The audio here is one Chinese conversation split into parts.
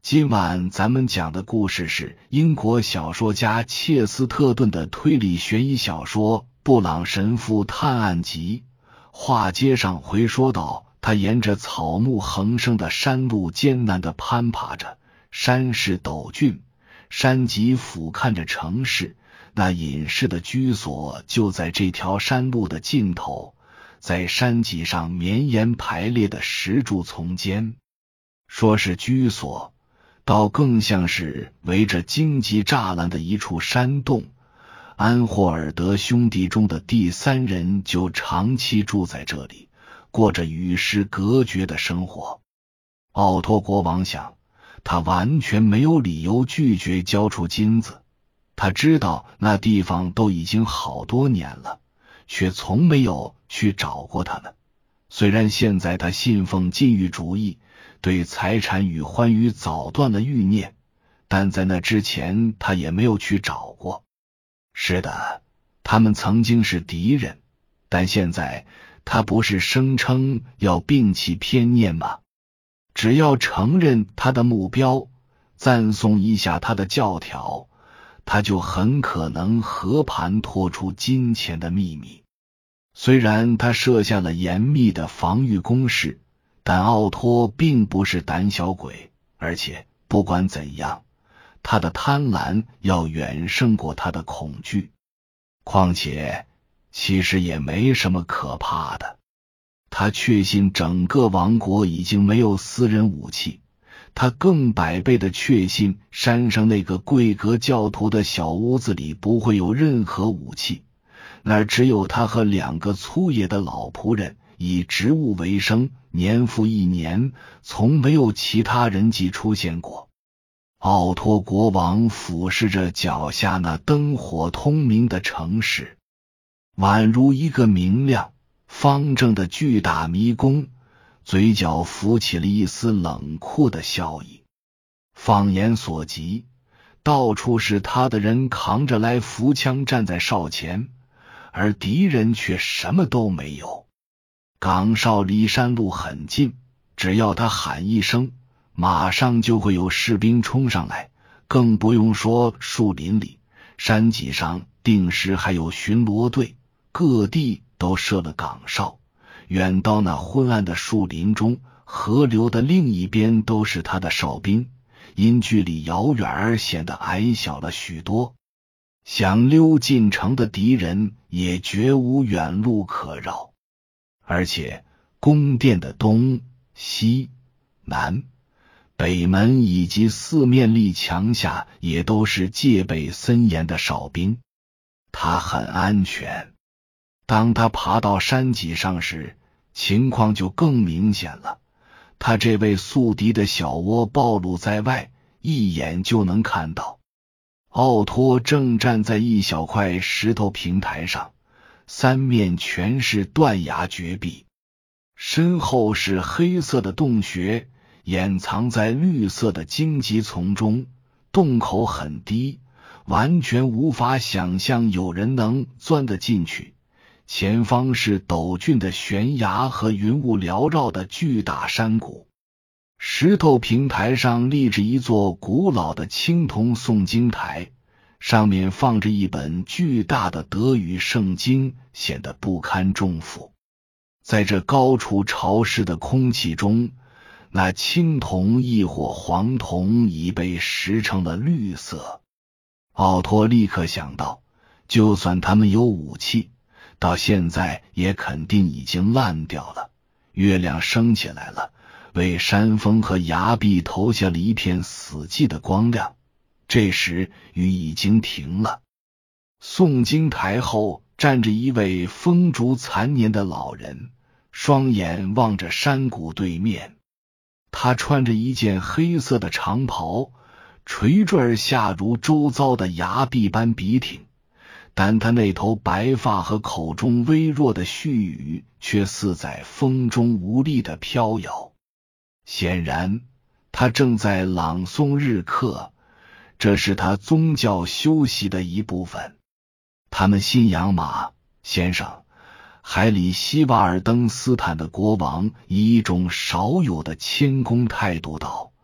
今晚咱们讲的故事是英国小说家切斯特顿的推理悬疑小说《布朗神父探案集》。话接上回说到，他沿着草木横生的山路艰难地攀爬着，山势陡峻，山脊俯瞰着城市，那隐士的居所就在这条山路的尽头，在山脊上绵延排列的石柱丛间。说是居所，倒更像是围着荆棘栅栏的一处山洞。安霍尔德兄弟中的第三人就长期住在这里，过着与世隔绝的生活。奥托国王想，他完全没有理由拒绝交出金子。他知道那地方都已经好多年了，却从没有去找过他们。虽然现在他信奉禁欲主义，对财产与欢愉早断了欲念，但在那之前他也没有去找过。是的，他们曾经是敌人，但现在他不是声称要摒弃偏念吗？只要承认他的目标，赞颂一下他的教条，他就很可能和盘托出金钱的秘密。虽然他设下了严密的防御工事，但奥托并不是胆小鬼，而且不管怎样，他的贪婪要远胜过他的恐惧。况且其实也没什么可怕的，他确信整个王国已经没有私人武器，他更百倍的确信山上那个贵格教徒的小屋子里不会有任何武器，那儿只有他和2个粗野的老仆人，以植物为生，年复一年，从没有其他人迹出现过。奥托国王俯视着脚下那灯火通明的城市，宛如一个明亮方正的巨大迷宫，嘴角浮起了一丝冷酷的笑意。放眼所及，到处是他的人扛着来福枪站在哨前，而敌人却什么都没有。岗哨离山路很近，只要他喊一声，马上就会有士兵冲上来，更不用说树林里、山脊上定时还有巡逻队，各地都设了岗哨。远到那昏暗的树林中，河流的另一边都是他的哨兵，因距离遥远而显得矮小了许多。想溜进城的敌人也绝无远路可绕，而且宫殿的东、西、南、北门以及四面立墙下也都是戒备森严的哨兵，他很安全。当他爬到山脊上时，情况就更明显了。他这位宿敌的小窝暴露在外，一眼就能看到。奥托正站在一小块石头平台上，三面全是断崖绝壁，身后是黑色的洞穴，掩藏在绿色的荆棘丛中，洞口很低，完全无法想象有人能钻得进去。前方是陡峻的悬崖和云雾缭绕的巨大山谷。石头平台上立着一座古老的青铜诵经台，上面放着一本巨大的德语圣经，显得不堪重负。在这高处潮湿的空气中，那青铜亦或黄铜已被蚀成了绿色。奥托立刻想到，就算他们有武器，到现在也肯定已经烂掉了。月亮升起来了，为山峰和崖壁投下了一片死寂的光亮。这时雨已经停了。诵经台后站着一位风烛残年的老人，双眼望着山谷对面。他穿着一件黑色的长袍，垂坠而下如周遭的崖壁般笔挺，但他那头白发和口中微弱的絮语却似在风中无力地飘摇。显然他正在朗诵日课，这是他宗教修习的一部分。他们信仰马先生。海里希瓦尔登斯坦的国王以一种少有的谦恭态度道：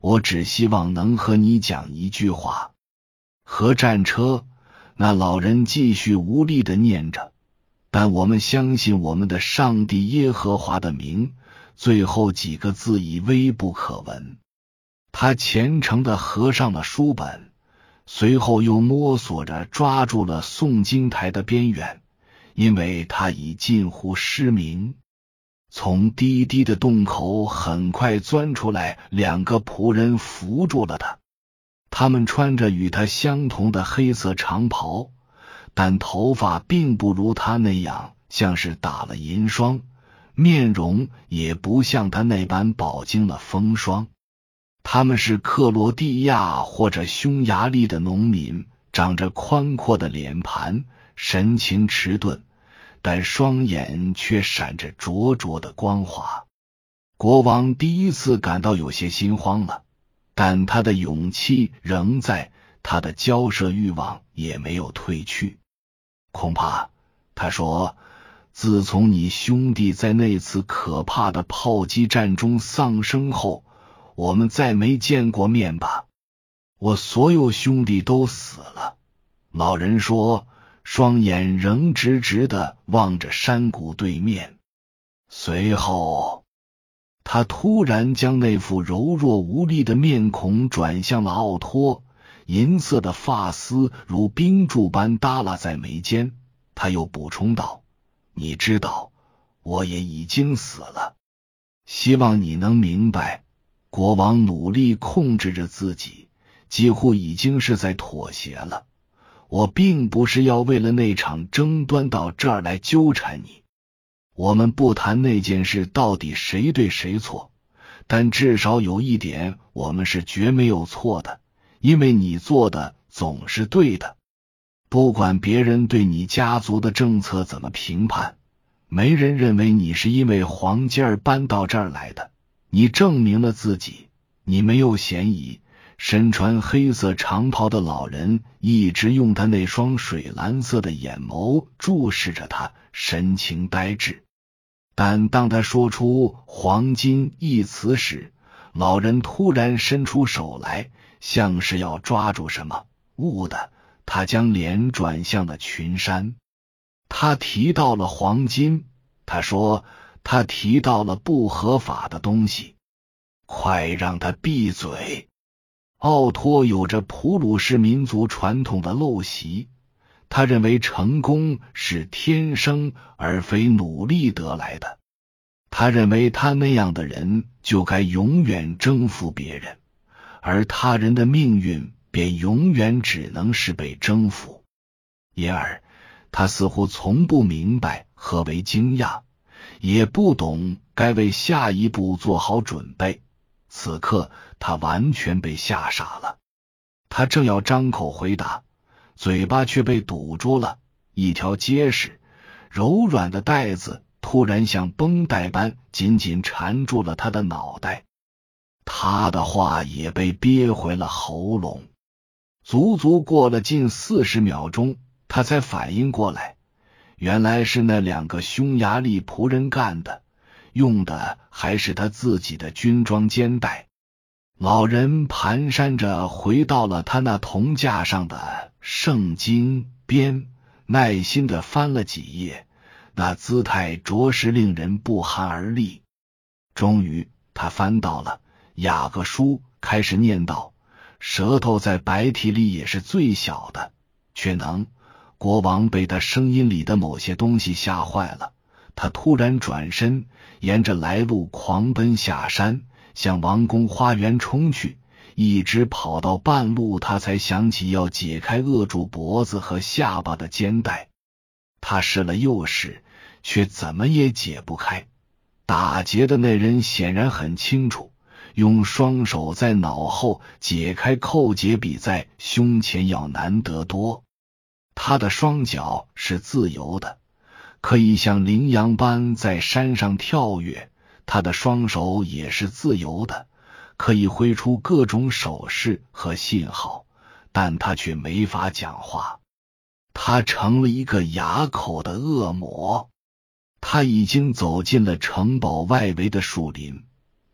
我只希望能和你讲一句话。核战车，那老人继续无力地念着，但我们相信我们的上帝耶和华的名，最后几个字已微不可闻。他虔诚地合上了书本，随后又摸索着抓住了诵经台的边缘，因为他已近乎失明。从低低的洞口很快钻出来2个仆人，扶住了他。他们穿着与他相同的黑色长袍，但头发并不如他那样像是打了银霜，面容也不像他那般饱经了风霜。他们是克罗地亚或者匈牙利的农民，长着宽阔的脸盘，神情迟钝，但双眼却闪着灼灼的光华。国王第一次感到有些心慌了，但他的勇气仍在，他的交涉欲望也没有退去。恐怕，他说，自从你兄弟在那次可怕的炮击战中丧生后，我们再没见过面吧？我所有兄弟都死了。老人说，双眼仍直直地望着山谷对面。随后，他突然将那副柔弱无力的面孔转向了奥托，银色的发丝如冰柱般耷拉在眉间。他又补充道，你知道，我也已经死了。希望你能明白。国王努力控制着自己，几乎已经是在妥协了。我并不是要为了那场争端到这儿来纠缠你。我们不谈那件事到底谁对谁错，但至少有一点，我们是绝没有错的，因为你做的总是对的。不管别人对你家族的政策怎么评判，没人认为你是因为黄金儿搬到这儿来的。你证明了自己，你没有嫌疑。身穿黑色长袍的老人一直用他那双水蓝色的眼眸注视着他，神情呆滞。但当他说出黄金一词时，老人突然伸出手来，像是要抓住什么。兀的，他将脸转向了群山。他提到了黄金，他说他提到了不合法的东西。快让他闭嘴！奥托有着普鲁士民族传统的陋习，他认为成功是天生而非努力得来的。他认为他那样的人就该永远征服别人，而他人的命运便永远只能是被征服。因而，他似乎从不明白何为惊讶，也不懂该为下一步做好准备。此刻他完全被吓傻了，他正要张口回答，嘴巴却被堵住了。一条结实柔软的带子突然像绷带般紧紧缠住了他的脑袋，他的话也被憋回了喉咙。足足过了近40秒钟，他才反应过来，原来是那2个匈牙利仆人干的，用的还是他自己的军装肩带。老人蹒跚着回到了他那铜架上的圣经边，耐心地翻了几页，那姿态着实令人不寒而栗。终于他翻到了雅各书，开始念道，舌头在白体里也是最小的，却能。国王被他声音里的某些东西吓坏了，他突然转身，沿着来路狂奔下山，向王宫花园冲去。一直跑到半路，他才想起要解开扼住脖子和下巴的肩带。他试了又试，却怎么也解不开。打结的那人显然很清楚，用双手在脑后解开扣结比在胸前要难得多。他的双脚是自由的，可以像羚羊般在山上跳跃，他的双手也是自由的，可以挥出各种手势和信号，但他却没法讲话。他成了一个哑口的恶魔。他已经走进了城堡外围的树林，他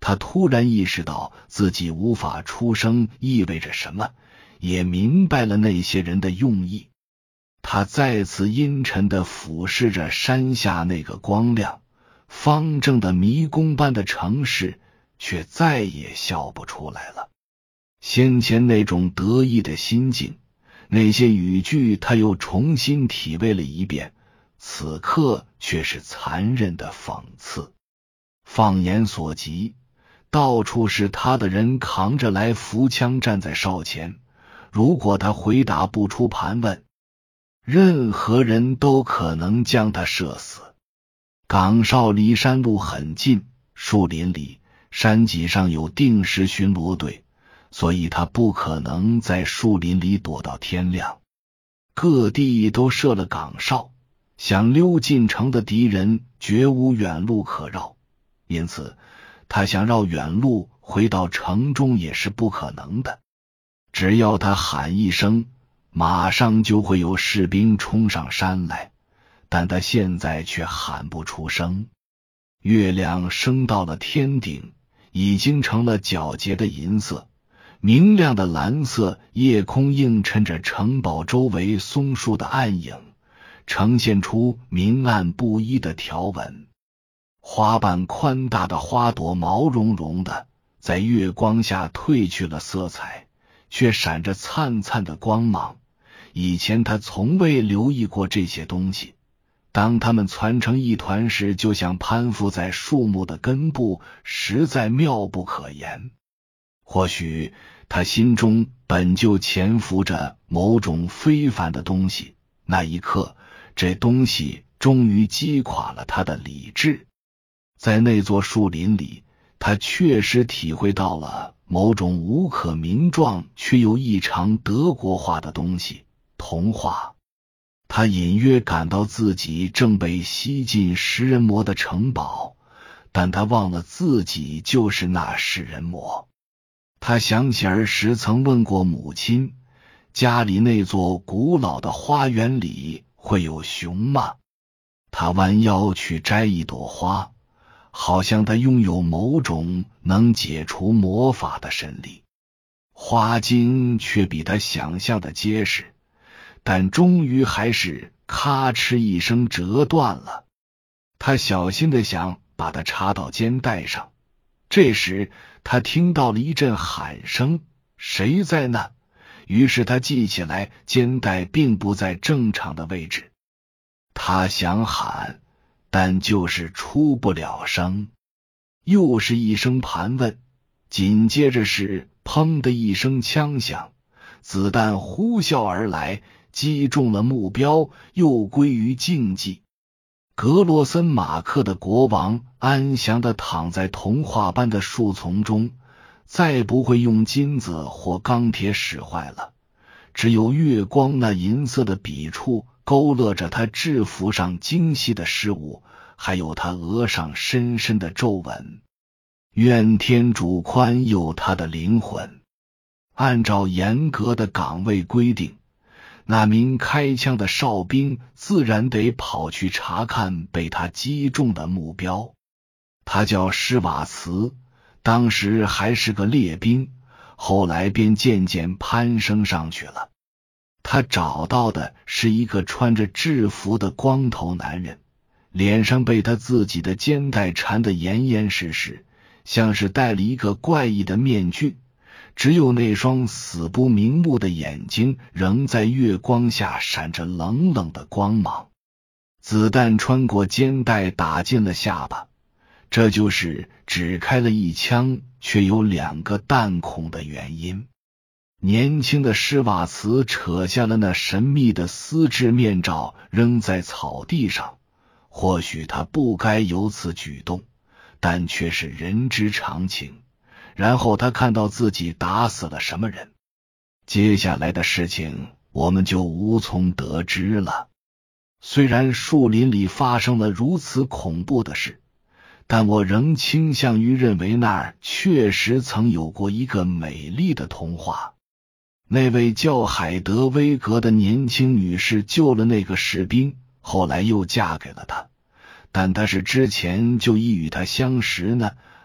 他突然意识到自己无法出声意味着什么，也明白了那些人的用意。他再次阴沉地俯视着山下那个光亮方正的迷宫般的城市，却再也笑不出来了。先前那种得意的心境，那些语句他又重新体味了一遍，此刻却是残忍的讽刺。放眼所及，到处是他的人扛着来福枪站在哨前，如果他回答不出盘问，任何人都可能将他射死。岗哨离山路很近，树林里、山脊上有定时巡逻队，所以他不可能在树林里躲到天亮。各地都设了岗哨，想溜进城的敌人绝无远路可绕，因此他想绕远路回到城中也是不可能的。只要他喊一声，马上就会有士兵冲上山来，但他现在却喊不出声。月亮升到了天顶，已经成了皎洁的银色，明亮的蓝色夜空映衬着城堡周围松树的暗影，呈现出明暗不一的条纹。花瓣宽大的花朵毛茸茸的，在月光下褪去了色彩，却闪着灿灿的光芒。以前他从未留意过这些东西，当它们攒成一团时，就像攀附在树木的根部，实在妙不可言。或许他心中本就潜伏着某种非凡的东西，那一刻，这东西终于击垮了他的理智。在那座树林里，他确实体会到了某种无可名状却又异常德国化的东西——童话。他隐约感到自己正被吸进食人魔的城堡，但他忘了自己就是那食人魔。他想起儿时曾问过母亲，家里那座古老的花园里会有熊吗？他弯腰去摘一朵花，好像他拥有某种能解除魔法的神力。花茎却比他想象的结实，但终于还是咔哧一声折断了。他小心地想把它插到肩带上，这时他听到了一阵喊声，谁在那？于是他记起来肩带并不在正常的位置。他想喊，但就是出不了声。又是一声盘问，紧接着是砰的一声枪响，子弹呼啸而来，击中了目标，又归于静寂。格罗森马克的国王安详地躺在童话般的树丛中，再不会用金子或钢铁使坏了，只有月光那银色的笔触勾勒着他制服上精细的事物，还有他额上深深的皱纹。愿天主宽宥他的灵魂。按照严格的岗位规定，那名开枪的哨兵自然得跑去查看被他击中的目标。他叫施瓦茨，当时还是个列兵，后来便渐渐攀升上去了。他找到的是一个穿着制服的光头男人，脸上被他自己的肩带缠得严严实实，像是戴了一个怪异的面具，只有那双死不瞑目的眼睛仍在月光下闪着冷冷的光芒。子弹穿过肩带打进了下巴，这就是只开了一枪却有2个弹孔的原因。年轻的施瓦茨扯下了那神秘的丝质面罩，扔在草地上。或许他不该有此举动，但却是人之常情。然后他看到自己打死了什么人，接下来的事情我们就无从得知了。虽然树林里发生了如此恐怖的事，但我仍倾向于认为那儿确实曾有过一个美丽的童话。那位叫海德威格的年轻女士救了那个士兵，后来又嫁给了他，但他是之前就已与他相识呢，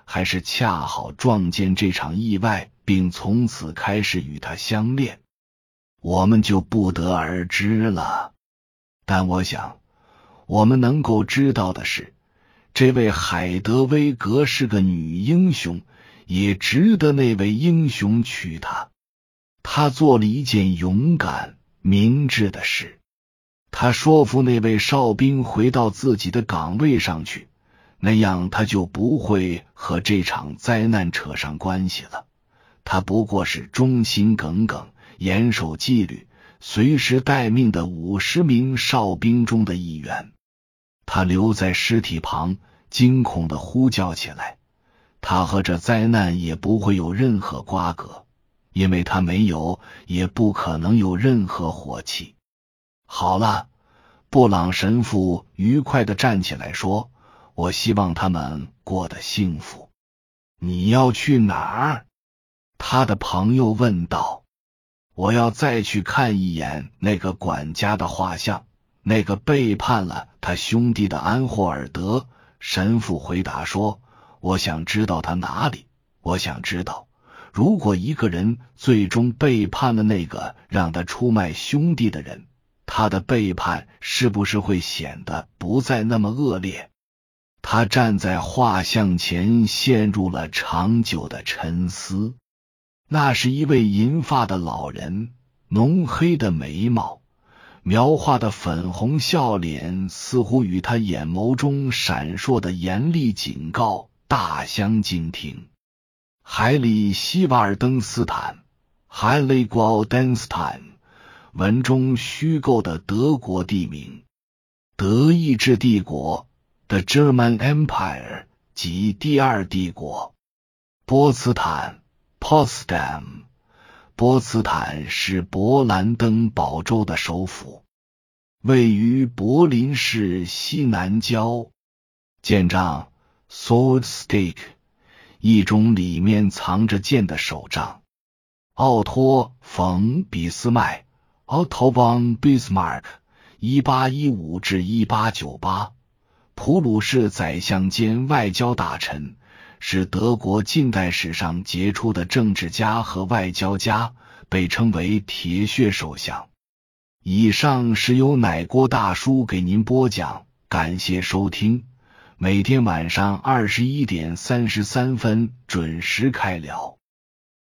还是恰好撞见这场意外，并从此开始与他相恋，我们就不得而知了。但我想，我们能够知道的是，这位海德薇格是个女英雄，也值得那位英雄娶她。她做了一件勇敢、明智的事。她说服那位哨兵回到自己的岗位上去，那样他就不会和这场灾难扯上关系了。他不过是忠心耿耿、严守纪律、随时待命的50名哨兵中的一员。他留在尸体旁，惊恐地呼叫起来。他和这灾难也不会有任何瓜葛，因为他没有，也不可能有任何火气。好了，布朗神父愉快地站起来说，我希望他们过得幸福。你要去哪儿？他的朋友问道。我要再去看一眼那个管家的画像，那个背叛了他兄弟的安霍尔德。神父回答说，我想知道他哪里，我想知道，如果一个人最终背叛了那个让他出卖兄弟的人，他的背叛是不是会显得不再那么恶劣？他站在画像前，陷入了长久的沉思。那是一位银发的老人，浓黑的眉毛，描画的粉红笑脸似乎与他眼眸中闪烁的严厉警告大相径庭。海里希瓦尔登斯坦 Heiligenstadt 文中虚构的德国地名，德意志帝国 The German Empire 即第二帝国。波茨坦 Potsdam， 波茨坦是勃兰登堡州的首府，位于柏林市西南郊。剑杖 Sword Stick， 一种里面藏着剑的手杖。奥托·冯·俾斯麦 Otto von Bismarck 1815至1898，普鲁士宰相兼外交大臣，是德国近代史上杰出的政治家和外交家，被称为铁血首相。以上是由奶锅大叔给您播讲，感谢收听。每天晚上21:33准时开聊。